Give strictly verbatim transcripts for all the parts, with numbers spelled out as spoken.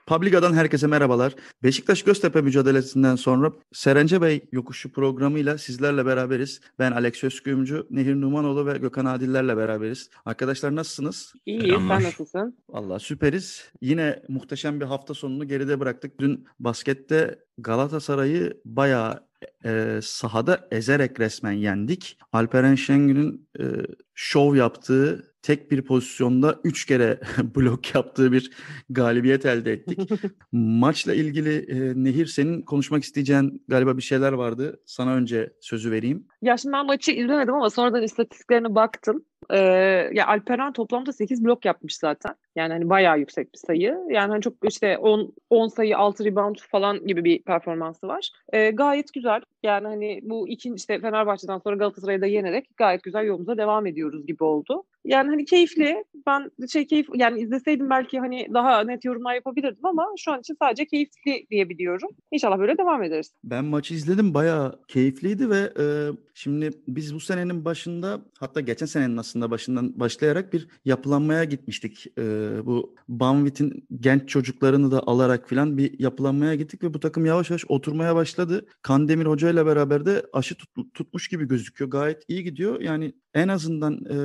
Publica'dan herkese merhabalar. Beşiktaş-Göztepe mücadelesinden sonra Serence Bey yokuşu programıyla sizlerle beraberiz. Ben Alex Özkuyumcu, Nehir Numanoğlu ve Gökhan Adiller'le beraberiz. Arkadaşlar nasılsınız? İyiyiz, sen nasılsın? Vallahi süperiz. Yine muhteşem bir hafta sonunu geride bıraktık. Dün baskette Galatasaray'ı bayağı e, sahada ezerek resmen yendik. Alperen Şengün'ün e, şov yaptığı, tek bir pozisyonda üç kere blok yaptığı bir galibiyet elde ettik. Maçla ilgili e, Nehir, senin konuşmak isteyeceğin galiba bir şeyler vardı. Sana önce sözü vereyim. Ya şimdi ben maçı izlemedim ama sonradan istatistiklerine baktım. Ee, ya Alperen toplamda sekiz blok yapmış zaten. Yani hani bayağı yüksek bir sayı. Yani hani çok işte on, on sayı, altı rebound falan gibi bir performansı var. Ee, gayet güzel. Yani hani bu ikinci işte Fenerbahçe'den sonra Galatasaray'ı da yenerek gayet güzel yolumuza devam ediyoruz gibi oldu. Yani hani keyifli. Ben şey keyif yani izleseydim belki hani daha net yorumlar yapabilirdim ama şu an için sadece keyifli diyebiliyorum. İnşallah böyle devam ederiz. Ben maçı izledim, bayağı keyifliydi ve e, şimdi biz bu senenin başında, hatta geçen senenin aslında başından başlayarak bir yapılanmaya gitmiştik. E, bu Banvit'in genç çocuklarını da alarak filan bir yapılanmaya gittik ve bu takım yavaş yavaş oturmaya başladı. Kandemir Hoca ile beraber de aşı tut, tutmuş gibi gözüküyor. Gayet iyi gidiyor. Yani en azından e,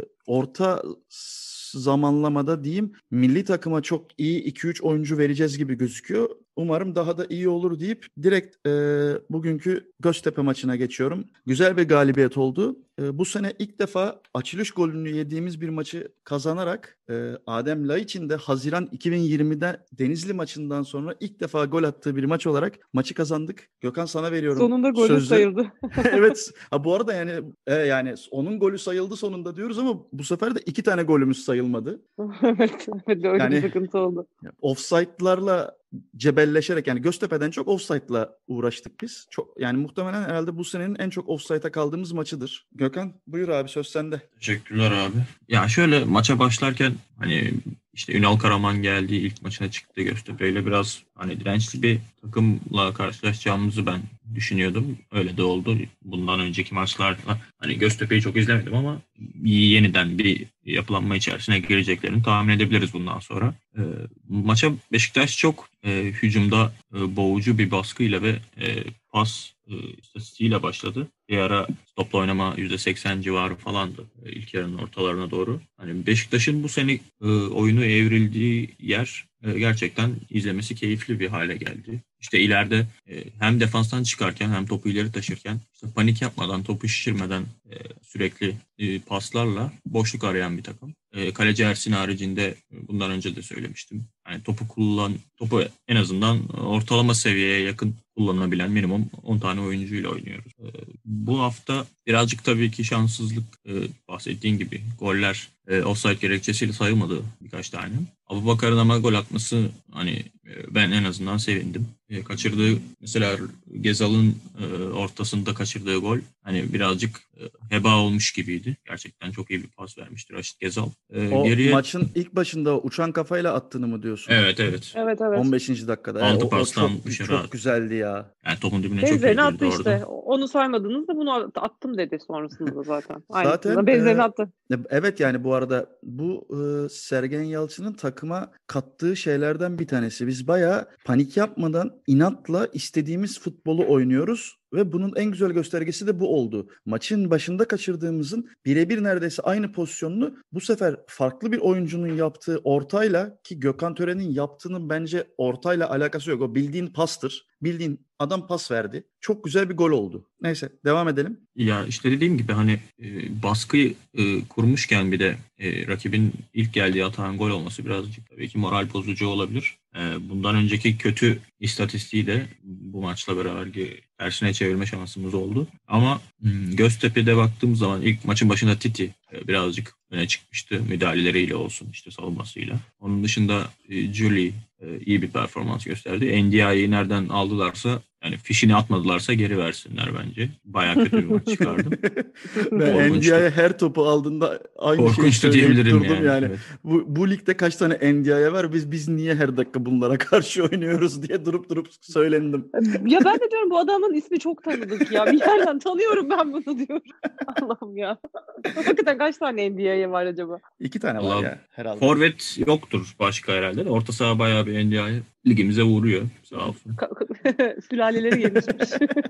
orta zamanlamada diyeyim, milli takıma çok iyi iki üç oyuncu vereceğiz gibi gözüküyor. Umarım daha da iyi olur deyip direkt e, bugünkü Göztepe maçına geçiyorum. Güzel bir galibiyet oldu. E, bu sene ilk defa açılış golünü yediğimiz bir maçı kazanarak e, Adem Laiç'in de Haziran iki bin yirmide Denizli maçından sonra ilk defa gol attığı bir maç olarak maçı kazandık. Gökhan, sana veriyorum sonunda golü sözü. sayıldı. Evet. Ha, bu arada yani e, yani onun golü sayıldı sonunda diyoruz ama bu sefer de iki tane golümüz sayılmadı. Evet, evet öyle Yani bir sıkıntı oldu. offside'larla cebelleşerek, yani Göztepe'den çok offside'la uğraştık biz. Çok, yani muhtemelen herhalde bu senenin en çok offside'a kaldığımız maçıdır. Gökhan, buyur abi, söz sende. Teşekkürler abi. Ya şöyle, maça başlarken hani işte Ünal Karaman geldiği ilk maçına çıktı Göztepe ile, biraz hani dirençli bir takımla karşılaşacağımızı ben düşünüyordum. Öyle de oldu. Bundan önceki maçlarda hani Göztepe'yi çok izlemedim ama yeniden bir yapılanma içerisine gireceklerini tahmin edebiliriz bundan sonra. E, maça Beşiktaş çok e, hücumda e, boğucu bir baskıyla ve e, pas e, istatistiğiyle başladı. Bir ara topla oynama yüzde seksen civarı falandı e, ilk yarının ortalarına doğru. Hani Beşiktaş'ın bu sene e, oyunu evrildiği yer e, gerçekten izlemesi keyifli bir hale geldi. İşte ileride e, hem defanstan çıkarken hem topu ileri taşırken işte panik yapmadan, topu şişirmeden e, sürekli e, paslarla boşluk arayan bir takım. E, kaleci Ersin haricinde, bundan önce de söylemiştim. Yani topu kullan, topu en azından ortalama seviyeye yakın kullanılabilen minimum on tane oyuncuyla oynuyoruz. E, bu hafta birazcık tabii ki şanssızlık, e, bahsettiğin gibi goller e, offside gerekçesiyle sayılmadı birkaç tane. Abubakar'ın ama gol atması, hani e, ben en azından sevindim. E, kaçırdığı mesela Gezal'ın e, ortasında kaçırdığı gol hani birazcık e, heba olmuş gibiydi. Gerçekten çok iyi bir pas vermiştir Raşit Gezal. E, O geriye... maçın ilk başında uçan kafayla attığını mı diyorsun? Evet evet. Evet evet. on beşinci dakikada. Altı E, o, o pastan çok, dışarı çok attı. güzeldi ya. Yani topun dibine çok iyi Benzerini girdi attı orada. işte. Onu saymadınız da bunu attım dedi sonrasında da zaten. Zaten Aynısında benzerini e, attı. evet, yani bu arada bu e, Sergen Yalçın'ın takıma kattığı şeylerden bir tanesi. Biz bayağı panik yapmadan inatla istediğimiz futbolu oynuyoruz ve bunun en güzel göstergesi de bu oldu. Maçın başında kaçırdığımızın birebir neredeyse aynı pozisyonunu bu sefer farklı bir oyuncunun yaptığı ortayla, ki Gökhan Tören'in yaptığının bence ortayla alakası yok. O bildiğin pastır. Bildiğin adam pas verdi. Çok güzel bir gol oldu. Neyse, devam edelim. Ya işte dediğim gibi hani e, baskıyı e, kurmuşken bir de e, rakibin ilk geldiği atan gol olması birazcık tabii ki moral bozucu olabilir. E, bundan önceki kötü istatistiği de bu maçla beraber tersine çevirme şansımız oldu. Ama hmm, Göztepe'de baktığım zaman ilk maçın başında Titi e, birazcık öne çıkmıştı. Müdahaleleriyle olsun, işte savunmasıyla. Onun dışında e, Juli e, iyi bir performans gösterdi. N D I'yi nereden aldılarsa Yani fişini atmadılarsa geri versinler bence. Bayağı kötü bir maç çıkardım. Ben N D I'ye her topu aldığında aynı şeyi Korkunçtu söyleyip diyebilirim durdum yani. yani. Evet. Bu, bu ligde kaç tane N D I'ye var? Biz biz niye her dakika bunlara karşı oynuyoruz diye durup durup söylendim. Ya ben de diyorum bu adamın ismi çok tanıdık ya. Bir yerden tanıyorum ben bunu diyorum. Allah'ım ya. Hakikaten kaç tane N D I'ye var acaba? İki tane var Vallahi ya herhalde. Forvet yoktur başka herhalde de. Orta saha bayağı bir N D I'ye ligimize uğruyor. Sağ olsun. Sülaleleri gelişmiş.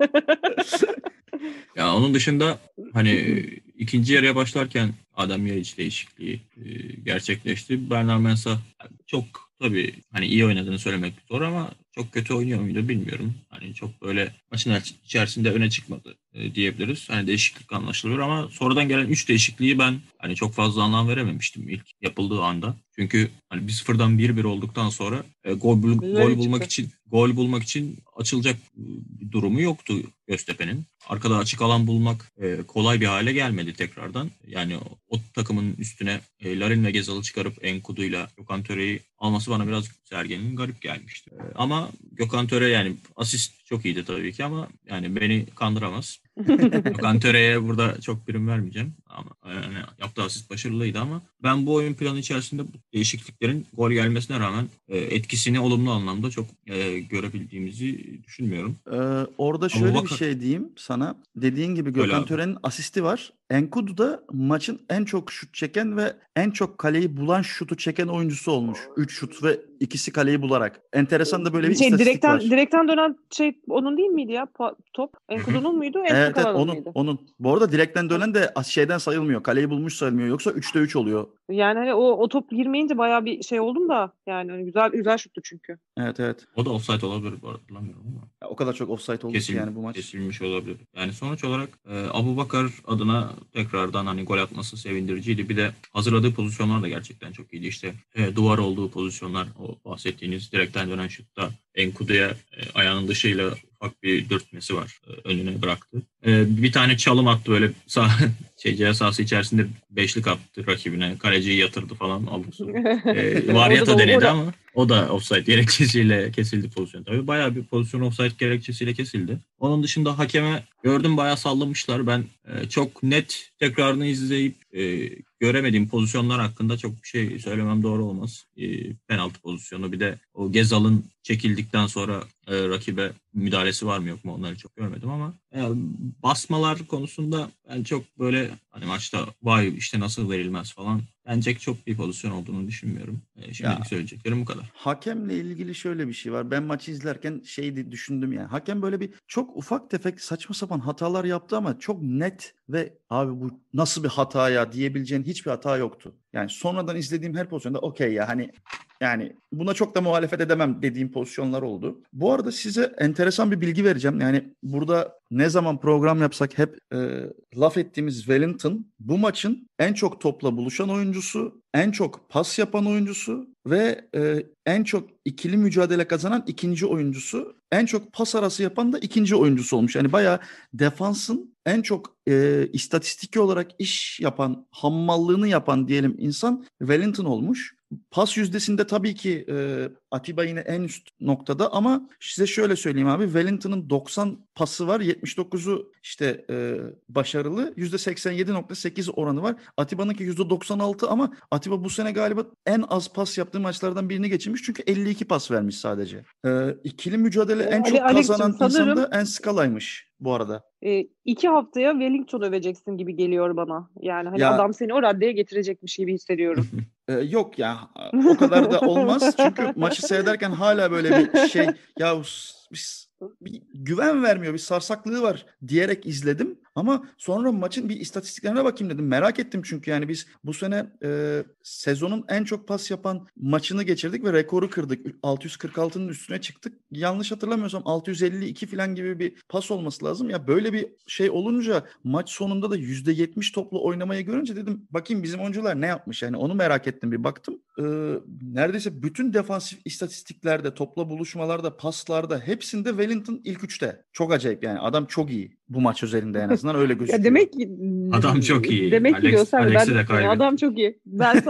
Ya onun dışında hani ikinci yarıya başlarken Adem Yaiç değişikliği e, gerçekleşti. Bernard Mensah çok tabii hani iyi oynadığını söylemek zor ama çok kötü oynuyor muydu bilmiyorum. Hani çok böyle maçın içerisinde öne çıkmadı e, diyebiliriz. Hani değişiklik anlaşılıyor ama sonradan gelen üç değişikliği ben hani çok fazla anlam verememiştim ilk yapıldığı anda. Çünkü hani bir sıfırdan bir bir olduktan sonra e, gol, bul- gol bulmak için gol bulmak için açılacak bir durumu yoktu Göztepe'nin. Arkada açık alan bulmak e, kolay bir hale gelmedi tekrardan. Yani o, o takımın üstüne e, Larin ve Gezal'ı çıkarıp Enkudu'yla Gökhan Töre'yi alması bana biraz Sergen'in garip gelmişti. E, ama Gökhan Töre yani asist çok iyiydi tabii ki ama yani beni kandıramaz. Gökhan Töre'ye burada çok prim vermeyeceğim. Ama yani yaptığı asist başarılıydı ama ben bu oyun planı içerisinde bu değişikliklerin gol gelmesine rağmen e, etkisini olumlu anlamda çok e, görebildiğimizi düşünmüyorum. Ee, orada şöyle Bakar- bir şey diyeyim sana. Dediğin gibi Gökhan abi. Tören'in asisti var. Enkudu da maçın en çok şut çeken ve en çok kaleyi bulan şutu çeken oyuncusu olmuş. üç şut ve ikisi kaleyi bularak. Enteresan da böyle bir şey, istatistik direkten, var. Direkten dönen şey onun değil miydi ya pa- top? Enkudu'nun muydu? Evet, evet Enkudu'nun onun, mıydı? onun. Bu arada direkten dönen de as- şeyden sayılmıyor. Kaleyi bulmuş sayılmıyor. Yoksa üçte üç oluyor. Yani hani o, o top girmeyince bayağı bir şey oldum da yani hani güzel güzel şuttu çünkü. Evet evet. O da offside olabilir bu arada hatırlamıyorum ama. Ya, o kadar çok offside oldu ki Kesil, yani bu maç. kesilmiş olabilir. Yani sonuç olarak e, Abubakar adına tekrardan hani gol atması sevindiriciydi. Bir de hazırladığı pozisyonlar da gerçekten çok iyiydi. İşte e, duvar olduğu pozisyonlar, o bahsettiğiniz direkten dönen şutta Enkudu'ya e, ayağının dışıyla ufak bir dürtmesi var. E, önüne bıraktı. E, bir tane çalım attı böyle sağ şey ceza sahası içerisinde beşlik attı rakibine. Kaleciyi yatırdı falan. Aldık sonra. E, Varyata denedi orada... ama o da offside gerekçesiyle kesildi pozisyon. Tabii bayağı bir pozisyon offside gerekçesiyle kesildi. Onun dışında hakeme gördüm bayağı sallamışlar. Ben e, çok net tekrarını izleyip e, göremediğim pozisyonlar hakkında çok bir şey söylemem doğru olmaz. E, penaltı pozisyonu bir de o Gezal'ın çekildikten sonra e, rakibe müdahalesi var mı yok mu onları çok görmedim ama e, basmalar konusunda ben çok böyle hani maçta vay işte nasıl verilmez falan bence çok bir pozisyon olduğunu düşünmüyorum. E, şimdilik ya, söyleyeceklerim bu kadar. Hakemle ilgili şöyle bir şey var. Ben maçı izlerken şeydi düşündüm yani. Hakem böyle bir çok ufak tefek saçma sapan hatalar yaptı ama çok net ve abi bu nasıl bir hata ya diyebileceğin hiçbir hata yoktu. Yani sonradan izlediğim her pozisyonda okey ya hani yani buna çok da muhalefet edemem dediğim pozisyonlar oldu. Bu arada size enteresan bir bilgi vereceğim. Yani burada ne zaman program yapsak hep e, laf ettiğimiz Wellington bu maçın en çok topla buluşan oyuncusu, en çok pas yapan oyuncusu ve e, en çok ikili mücadele kazanan ikinci oyuncusu, en çok pas arası yapan da ikinci oyuncusu olmuş. Yani bayağı defansın en çok e, istatistiki olarak iş yapan, hammallığını yapan diyelim insan Wellington olmuş. Pas yüzdesinde tabii ki e, Atiba yine en üst noktada ama size şöyle söyleyeyim abi Wellington'ın doksan pası var yetmiş dokuzu işte e, başarılı yüzde seksen yedi nokta sekiz oranı var. Atiba'nınki yüzde doksan altı ama Atiba bu sene galiba en az pas yaptığı maçlardan birini geçirmiş çünkü elli iki pas vermiş sadece. E, ikili mücadele en Ali, çok kazanan Alex'cim, sanırım... insan da Enskala'ymış bu arada. E, iki haftaya Wellington öveceksin gibi geliyor bana. Yani hani ya, adam seni o raddeye getirecekmiş gibi hissediyorum. e, yok ya o kadar da olmaz. Çünkü maçı seyrederken hala böyle bir şey ya biz bir güven vermiyor, bir sarsaklığı var diyerek izledim. Ama sonra maçın bir istatistiklerine bakayım dedim. Merak ettim çünkü yani biz bu sene e, sezonun en çok pas yapan maçını geçirdik ve rekoru kırdık. altı yüz kırk altının üstüne çıktık. Yanlış hatırlamıyorsam altı yüz elli iki falan gibi bir pas olması lazım. Ya böyle bir şey olunca maç sonunda da yüzde yetmiş toplu oynamayı görünce dedim bakayım bizim oyuncular ne yapmış? Yani onu merak ettim bir baktım. E, neredeyse bütün defansif istatistiklerde, topla buluşmalarda, paslarda hepsinde Wellington ilk üçte. Çok acayip yani adam çok iyi bu maç özelinde en azından öyle gözüküyor. Ya demek ki adam çok iyi. Demek ki Alex, gösterdi. Alex'i Ben de kaybetti. adam çok iyi. Ben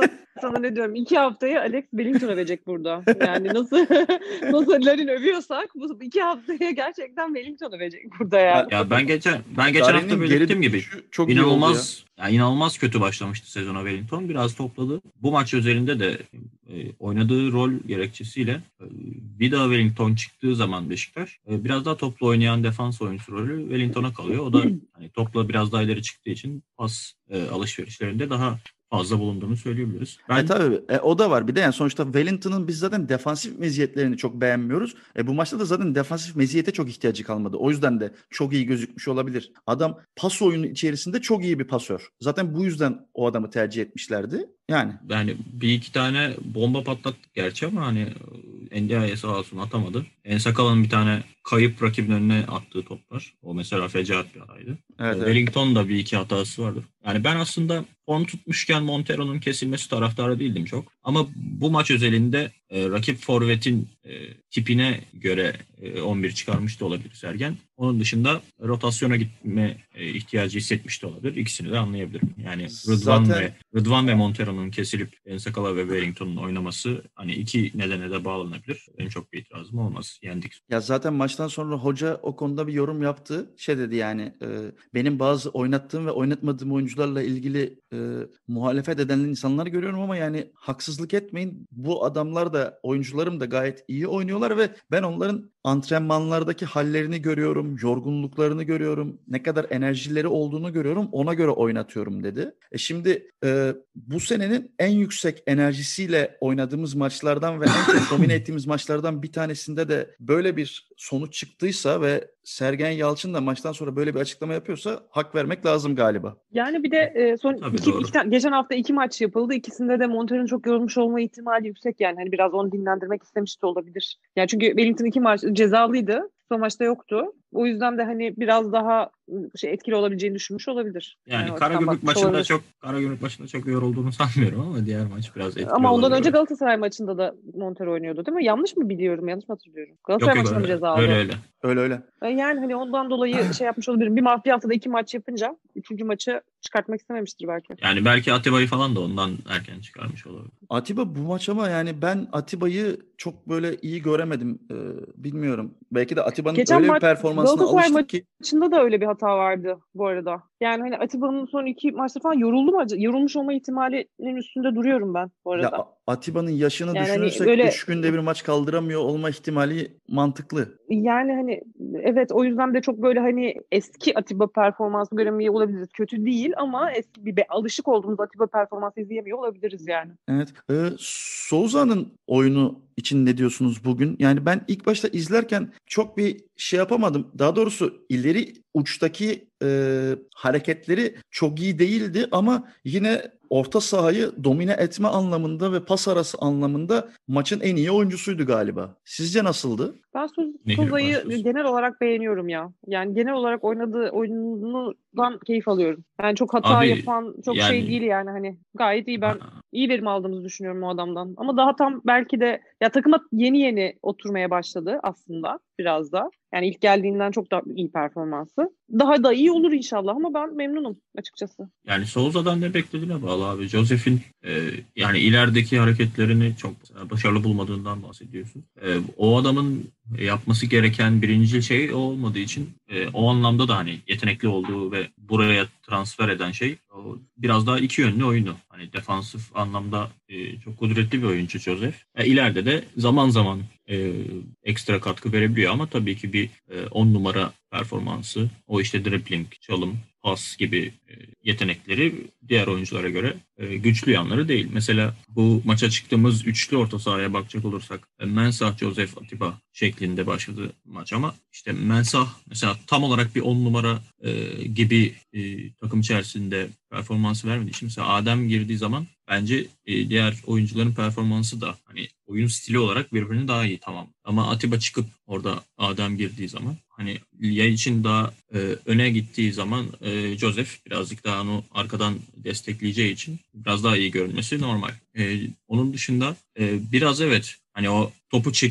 sana ne diyorum? İki haftaya Alex Wellington övecek burada. Yani nasıl nasıl Larin övüyorsak bu iki haftaya gerçekten Wellington övecek burada yani. Ya ben geçen ben geçen hafta Larin'in geri belirttiğim gibi dönüşü çok iyi oldu ya. inanılmaz ya inanılmaz kötü başlamıştı sezona Wellington. Biraz topladı. Bu maç özelinde de e, oynadığı rol gerekçesiyle e, bir daha Wellington çıktığı zaman Beşiktaş e, biraz daha toplu oynayan defans oyuncusu rolü Wellington'a kalıyor. O da hani topla biraz daha ileri çıktığı için pas e, alışverişlerinde daha fazla bulunduğunu söyleyebiliriz. Ben E tabii e, o da var. Bir de yani sonuçta Wellington'ın biz zaten defansif meziyetlerini çok beğenmiyoruz. E bu maçta da zaten defansif meziyete çok ihtiyacı kalmadı. O yüzden de çok iyi gözükmüş olabilir. Adam pas oyunu içerisinde çok iyi bir pasör. Zaten bu yüzden o adamı tercih etmişlerdi. Yani Yani bir iki tane bomba patlattık gerçi ama hani Ndiaye sağ olsun atamadı. Ensakala'nın bir tane kayıp rakibin önüne attığı top var. O mesela fecaat bir hataydı. evet, evet. Wellington'un da bir iki hatası vardır. Yani ben aslında form tutmuşken Montero'nun kesilmesi taraftarı değildim çok. Ama bu maç özelinde e, rakip forvetin e, tipine göre e, on bir çıkarmış da olabilir Sergen. Onun dışında rotasyona gitme e, ihtiyacı hissetmiş de olabilir. İkisini de anlayabilirim. Yani Rıdvan Zaten- ve Rıdvan ve Montero'nun kesilip Ensakala ve Wellington'un oynaması hani iki nedene de bağlanabilir. Benim çok bir itirazım olmaz. Yendik. Ya zaten maçtan sonra hoca o konuda bir yorum yaptı. Şey dedi yani e, benim bazı oynattığım ve oynatmadığım oyuncularla ilgili e, muhalefet eden insanları görüyorum ama yani haksızlık etmeyin. Bu adamlar da oyuncularım da gayet iyi oynuyorlar ve ben onların antrenmanlardaki hallerini görüyorum, yorgunluklarını görüyorum, ne kadar enerjileri olduğunu görüyorum, ona göre oynatıyorum dedi. E şimdi e, bu senenin en yüksek enerjisiyle oynadığımız maçlardan ve en çok domine ettiğimiz maçlardan bir tanesinde de böyle bir sonuç çıktıysa ve Sergen Yalçın da maçtan sonra böyle bir açıklama yapıyorsa hak vermek lazım galiba. Yani bir de e, son Tabii, iki, doğru. iki tane, geçen hafta iki maç yapıldı. İkisinde de Montero'nun çok yorulmuş olma ihtimali yüksek yani. Hani biraz onu dinlendirmek istemiş de olabilir. Yani çünkü Wellington iki maç cezalıydı. Son maçta yoktu. O yüzden de hani biraz daha şey etkili olabileceğini düşünmüş olabilir. Yani o açıdan Karagümrük bakmış maçında olabilir. çok Karagümrük maçında çok yorulduğunu sanmıyorum ama diğer maç biraz etkili Ama ondan olabilir. önce Galatasaray maçında da Montero oynuyordu değil mi? Yanlış mı biliyorum? Yanlış mı hatırlıyorum? Yok Galatasaray yok maçında mı öyle, ceza aldı? öyle öyle. Öyle öyle. Yani hani ondan dolayı şey yapmış olabilirim. Bir, ma- bir haftada iki maç yapınca üçüncü maçı çıkartmak istememiştir belki. Yani belki Atiba'yı falan da ondan erken çıkarmış olabilir. Atiba bu maç ama yani ben Atiba'yı çok böyle iyi göremedim. Ee, bilmiyorum. Belki de Atiba'nın Geçen öyle bir maç performansına Galatasaray alıştık ki. maçında da öyle bir hata vardı bu arada. Yani hani Atiba'nın son iki maçta falan yoruldu mu acaba? Yorulmuş olma ihtimalinin üstünde duruyorum ben bu Ya arada. Atiba'nın yaşını Yani hani düşünürsek böyle üç günde bir maç kaldıramıyor olma ihtimali mantıklı. yani hani evet o yüzden de çok böyle hani eski Atiba performansı göremeyi olabiliriz. Kötü değil ama eski bir, bir alışık olduğumuz Atiba performansı izleyemiyor olabiliriz yani. Evet. Ee, Souza'nın oyunu için ne diyorsunuz bugün? Yani ben ilk başta izlerken çok bir şey yapamadım. Daha doğrusu ileri uçtaki e, hareketleri çok iyi değildi ama yine orta sahayı domine etme anlamında ve pas arası anlamında maçın en iyi oyuncusuydu galiba. Sizce nasıldı? Ben Suz- Nehir Suza'yı başlıyorsun. genel olarak beğeniyorum ya. Yani genel olarak oynadığı oyunundan keyif alıyorum. Yani çok hata Abi, yapan çok şey yani- değil yani hani gayet iyi, ben iyi verim aldığımızı düşünüyorum o adamdan. Ama daha tam belki de ya takıma yeni yeni oturmaya başladı aslında biraz da. Yani ilk geldiğinden çok daha iyi performansı. Daha da iyi olur inşallah ama ben memnunum açıkçası. Yani Souza'dan ne beklediğine bağlı abi. Joseph'in e, yani ilerideki hareketlerini çok başarılı bulmadığından bahsediyorsun. E, o adamın yapması gereken birinci şey o olmadığı için e, o anlamda da hani yetenekli olduğu ve buraya transfer eden şey o biraz daha iki yönlü oyunu. Hani defansif anlamda e, çok kudretli bir oyuncu Joseph. E, ileride de zaman zaman e, ekstra katkı verebiliyor ama tabii ki bir on numara performansı, o işte dribbling, çalım, pas gibi e, yetenekleri diğer oyunculara göre e, güçlü yanları değil. Mesela bu maça çıktığımız üçlü orta sahaya bakacak olursak e, Mensah, Joseph, Atiba şeklinde başladı maç ama işte Mensah mesela tam olarak bir on numara e, gibi e, takım içerisinde performansı vermediği için mesela Adem girdiği zaman bence e, diğer oyuncuların performansı da hani oyun stili olarak birbirini daha iyi, tamam. Ama Atiba çıkıp orada Adem girdiği zaman hani ya için daha e, öne gittiği zaman e, Joseph birazcık daha onu arkadan destekleyeceği için biraz daha iyi görünmesi normal. E, onun dışında e, biraz evet hani o topu çekip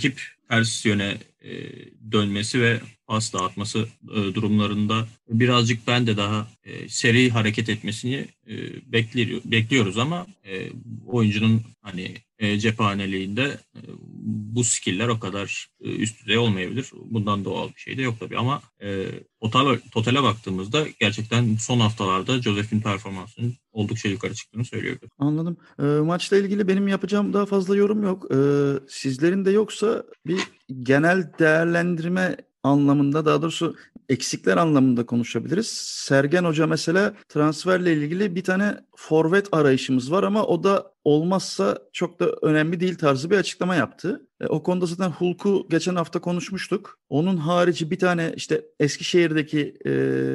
ters yöne e, dönmesi ve pas dağıtması e, durumlarında birazcık ben de daha e, seri hareket etmesini e, bekliyor, bekliyoruz ama e, oyuncunun hani e, cephaneliğinde e, bu skill'ler o kadar e, üst düzey olmayabilir. Bundan doğal bir şey de yok tabii ama e, total, totale baktığımızda gerçekten son haftalarda Joseph'in performansının oldukça yukarı çıktığını söylüyoruz. Anladım. E, maçla ilgili benim yapacağım daha fazla yorum yok. E, sizlerin de yoksa bir genel değerlendirme anlamında, daha doğrusu eksikler anlamında konuşabiliriz. Sergen Hoca mesela transferle ilgili bir tane forvet arayışımız var ama o da olmazsa çok da önemli değil tarzı bir açıklama yaptı. E, o konuda zaten Hulk'u geçen hafta konuşmuştuk. Onun harici bir tane işte Eskişehir'deki e,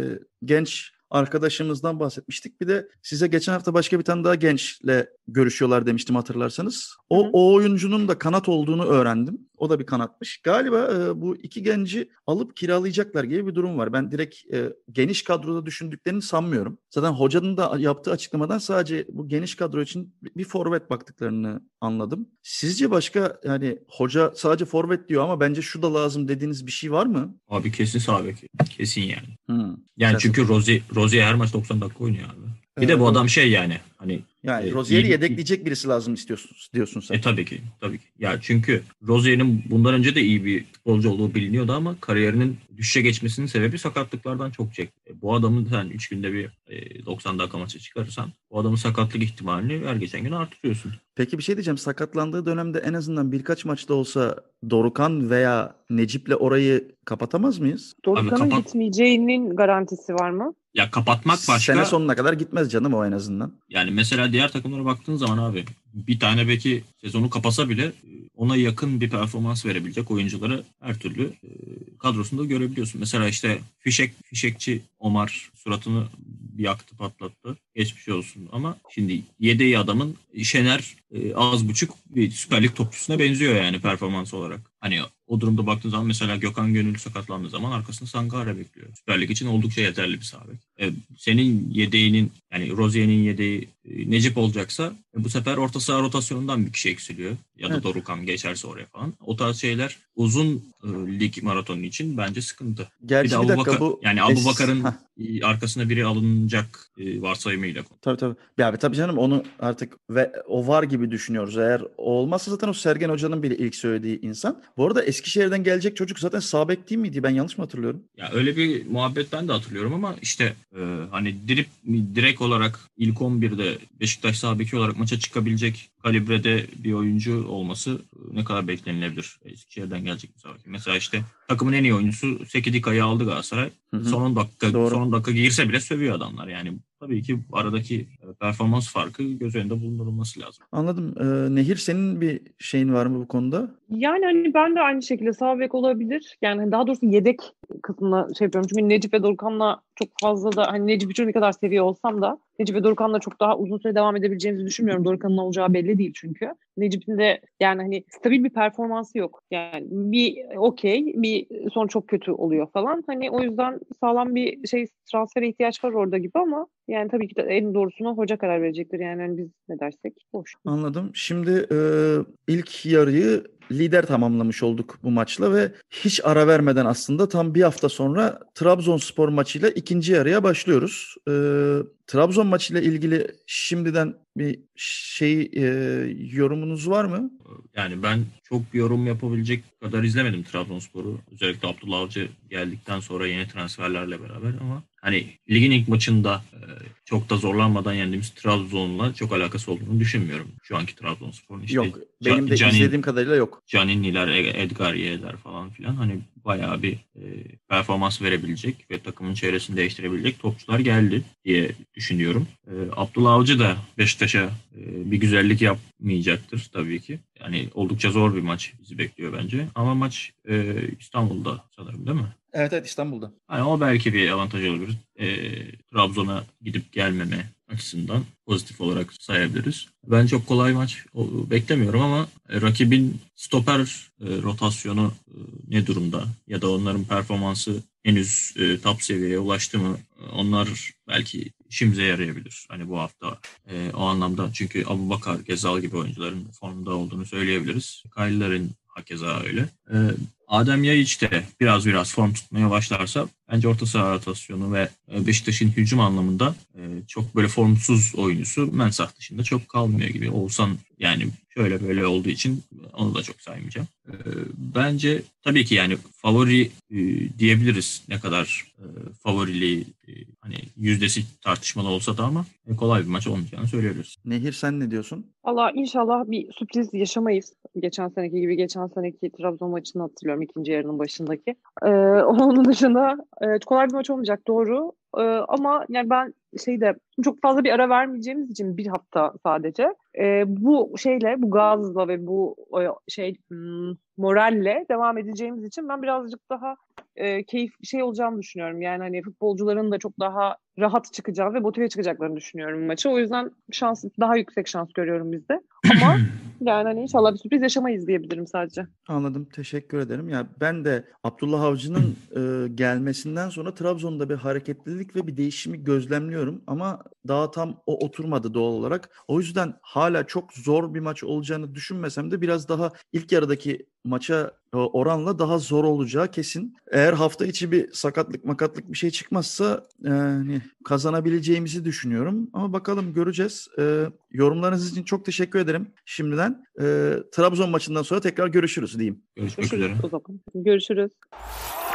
genç arkadaşımızdan bahsetmiştik. Bir de size geçen hafta başka bir tane daha gençle görüşüyorlar demiştim hatırlarsanız. O, hı hı. o oyuncunun da kanat olduğunu öğrendim. O da bir kanatmış. Galiba e, bu iki genci alıp kiralayacaklar gibi bir durum var. Ben direkt e, geniş kadroda düşündüklerini sanmıyorum. Zaten hocanın da yaptığı açıklamadan sadece bu geniş kadro için bir forvet baktıklarını anladım. Sizce başka, yani hoca sadece forvet diyor ama bence şu da lazım dediğiniz bir şey var mı? Abi kesin sağ bek. Kesin yani. Hmm. Yani Kesin. Çünkü Rozier, Rozier her maç doksan dakika oynuyor abi. Bir evet, de bu adam şey yani hani yani e, Rozier'i yedekleyecek birisi lazım istiyorsun diyorsun sen. E tabii ki, tabii ki. Ya çünkü Rozier'in bundan önce de iyi bir futbolcu olduğu biliniyordu ama kariyerinin düşüşe geçmesinin sebebi sakatlıklardan çok çekti. E, bu adamın sen üç günde bir e, doksan dakika maça çıkarırsan bu adamın sakatlık ihtimalini her geçen gün artırıyorsun. Peki bir şey diyeceğim. Sakatlandığı dönemde en azından birkaç maçta olsa Dorukhan veya Necip'le orayı kapatamaz mıyız? Dorukhan'ın kapat- gitmeyeceğinin garantisi var mı? Ya kapatmak başka. Sene sonuna kadar gitmez canım o en azından. Yani mesela diğer takımlara baktığın zaman abi bir tane belki sezonu kapasa bile ona yakın bir performans verebilecek oyuncuları her türlü kadrosunda görebiliyorsun. Mesela işte Fişek, Fişekçi Omar suratını yaktı, patlattı. Geçmiş olsun ama şimdi yedeği adamın Şener az buçuk bir Süper Lig topçusuna benziyor yani performans olarak. Hani o durumda baktığın zaman mesela Gökhan Gönül sakatlandığı zaman arkasında Sankara bekliyor. Süper Lig için oldukça yeterli bir sağ bek. E, senin yedeğinin yani Rozier'in yedeği e, Necip olacaksa e, bu sefer orta saha rotasyonundan bir kişi eksiliyor. Ya da evet. Dorukhan geçerse oraya falan. O tarz şeyler uzun e, lig maratonu için bence sıkıntı. Gerçi bir, de bir dakika Bakar, bu... Yani es... Abubakar'ın e, arkasına biri alınacak e, varsayımıyla. Tabii tabii. Ya tabii canım onu artık ve o var gibi düşünüyoruz. Eğer o olmazsa zaten o Sergen Hoca'nın bile ilk söylediği insan. Bu arada Eskişehir'den gelecek çocuk zaten sağ bek değil miydi? Ben yanlış mı hatırlıyorum? Ya öyle bir muhabbet ben de hatırlıyorum ama işte e, hani direkt direkt olarak ilk on birde Beşiktaş sağ beki olarak maça çıkabilecek kalibrede bir oyuncu olması ne kadar beklenilebilir? Eskişehir'den gelecek bir sağ bek. Mesela işte takımın en iyi oyuncusu Sekidika'yı aldı Galatasaray. Hı hı. Son on dakika Doğru. son on dakika girse bile sövüyor adamlar. Yani tabii ki aradaki performans farkı göz önünde bulundurulması lazım. Anladım. Ee, Nehir senin bir şeyin var mı bu konuda? Yani hani ben de aynı şekilde sağ bek olabilir. Yani daha doğrusu yedek kısmına şey yapıyorum. Çünkü Necip ve Dorukhan'la çok fazla da hani Necip için ne kadar seviye olsam da Necip ve Dorukhan'la çok daha uzun süre devam edebileceğimizi düşünmüyorum. Dorukhan'ın olacağı belli değil çünkü. Necip'in de yani hani stabil bir performansı yok. Yani bir okey, bir son çok kötü oluyor falan. Hani o yüzden sağlam bir şey transfere ihtiyaç var orada gibi ama yani tabii ki de en doğrusunu hoca karar verecektir. Yani hani biz ne dersek boş. Anladım. Şimdi e, ilk yarıyı lider tamamlamış olduk bu maçla ve hiç ara vermeden aslında tam bir hafta sonra Trabzonspor maçıyla ikinci yarıya başlıyoruz. E, Trabzon maçıyla ilgili şimdiden bir şey e, yorumunuz var mı? Yani ben çok bir yorum yapabilecek kadar izlemedim Trabzonspor'u. Özellikle Abdullah Avcı geldikten sonra yeni transferlerle beraber ama hani ligin ilk maçında e, çok da zorlanmadan yendiğimiz Trabzon'la çok alakası olduğunu düşünmüyorum. Şu anki Trabzonspor'un işte yok. Benim de Canin, izlediğim kadarıyla yok. Caninliler, Edgar Yeğder falan filan hani bayağı bir e, performans verebilecek ve takımın çevresini değiştirebilecek topçular geldi diye düşünüyorum. E, Abdullah Avcı da Beşiktaş'a e, bir güzellik yapmayacaktır tabii ki. Yani oldukça zor bir maç bizi bekliyor bence. Ama maç e, İstanbul'da sanırım değil mi? Evet evet İstanbul'da. Yani o belki bir avantaj olabilir. E, Trabzon'a gidip gelmeme açısından pozitif olarak sayabiliriz. Ben çok kolay maç beklemiyorum ama rakibin stoper e, rotasyonu e, ne durumda ya da onların performansı henüz e, top seviyeye ulaştı mı? Onlar belki işimize yarayabilir. Hani bu hafta e, o anlamda çünkü Abubakar, Gezal gibi oyuncuların formda olduğunu söyleyebiliriz. Kaylıların hakeza öyle. Ee, Adem Yayiç de biraz biraz form tutmaya başlarsa bence orta saha rotasyonu ve Beşiktaş'ın hücum anlamında e, çok böyle formsuz oyuncusu Mensah dışında çok kalmıyor gibi. Oğuzhan yani şöyle böyle olduğu için onu da çok saymayacağım. E, bence tabii ki yani favori e, diyebiliriz, ne kadar e, favoriliği e, hani yüzdesi tartışmalı olsa da, ama e, kolay bir maç olmayacağını söylüyoruz. Nehir, sen ne diyorsun? Allah inşallah bir sürpriz yaşamayız. Geçen seneki gibi, geçen seneki Trabzon maçını hatırlıyorum, ikinci yarının başındaki. Ee, onun dışında e, kolay bir maç olmayacak, doğru. Ee, ama yani ben şeyde çok fazla bir ara vermeyeceğimiz için bir hafta sadece e, bu şeyle, bu gazla ve bu o, şey hmm, moralle devam edeceğimiz için ben birazcık daha e, keyif şey olacağını düşünüyorum. Yani hani futbolcuların da çok daha rahat çıkacağı ve motive çıkacaklarını düşünüyorum maçı. O yüzden şans, daha yüksek şans görüyorum bizde. Ama yani hani inşallah bir sürpriz yaşamayız diyebilirim sadece. Anladım. Teşekkür ederim. Ya ben de Abdullah Avcı'nın e, gelmesinden sonra Trabzon'da bir hareketlilik ve bir değişimi gözlemliyorum ama daha tam o oturmadı doğal olarak. O yüzden hala çok zor bir maç olacağını düşünmesem de biraz daha ilk yarıdaki maça e, oranla daha zor olacağı kesin. Eğer hafta içi bir sakatlık makatlık bir şey çıkmazsa yani kazanabileceğimizi düşünüyorum. Ama bakalım, göreceğiz. E, yorumlarınız için çok teşekkür ederim şimdiden. E, Trabzon maçından sonra tekrar görüşürüz diyeyim. Görüşmek Görüşürüz üzere. o zaman. Görüşürüz.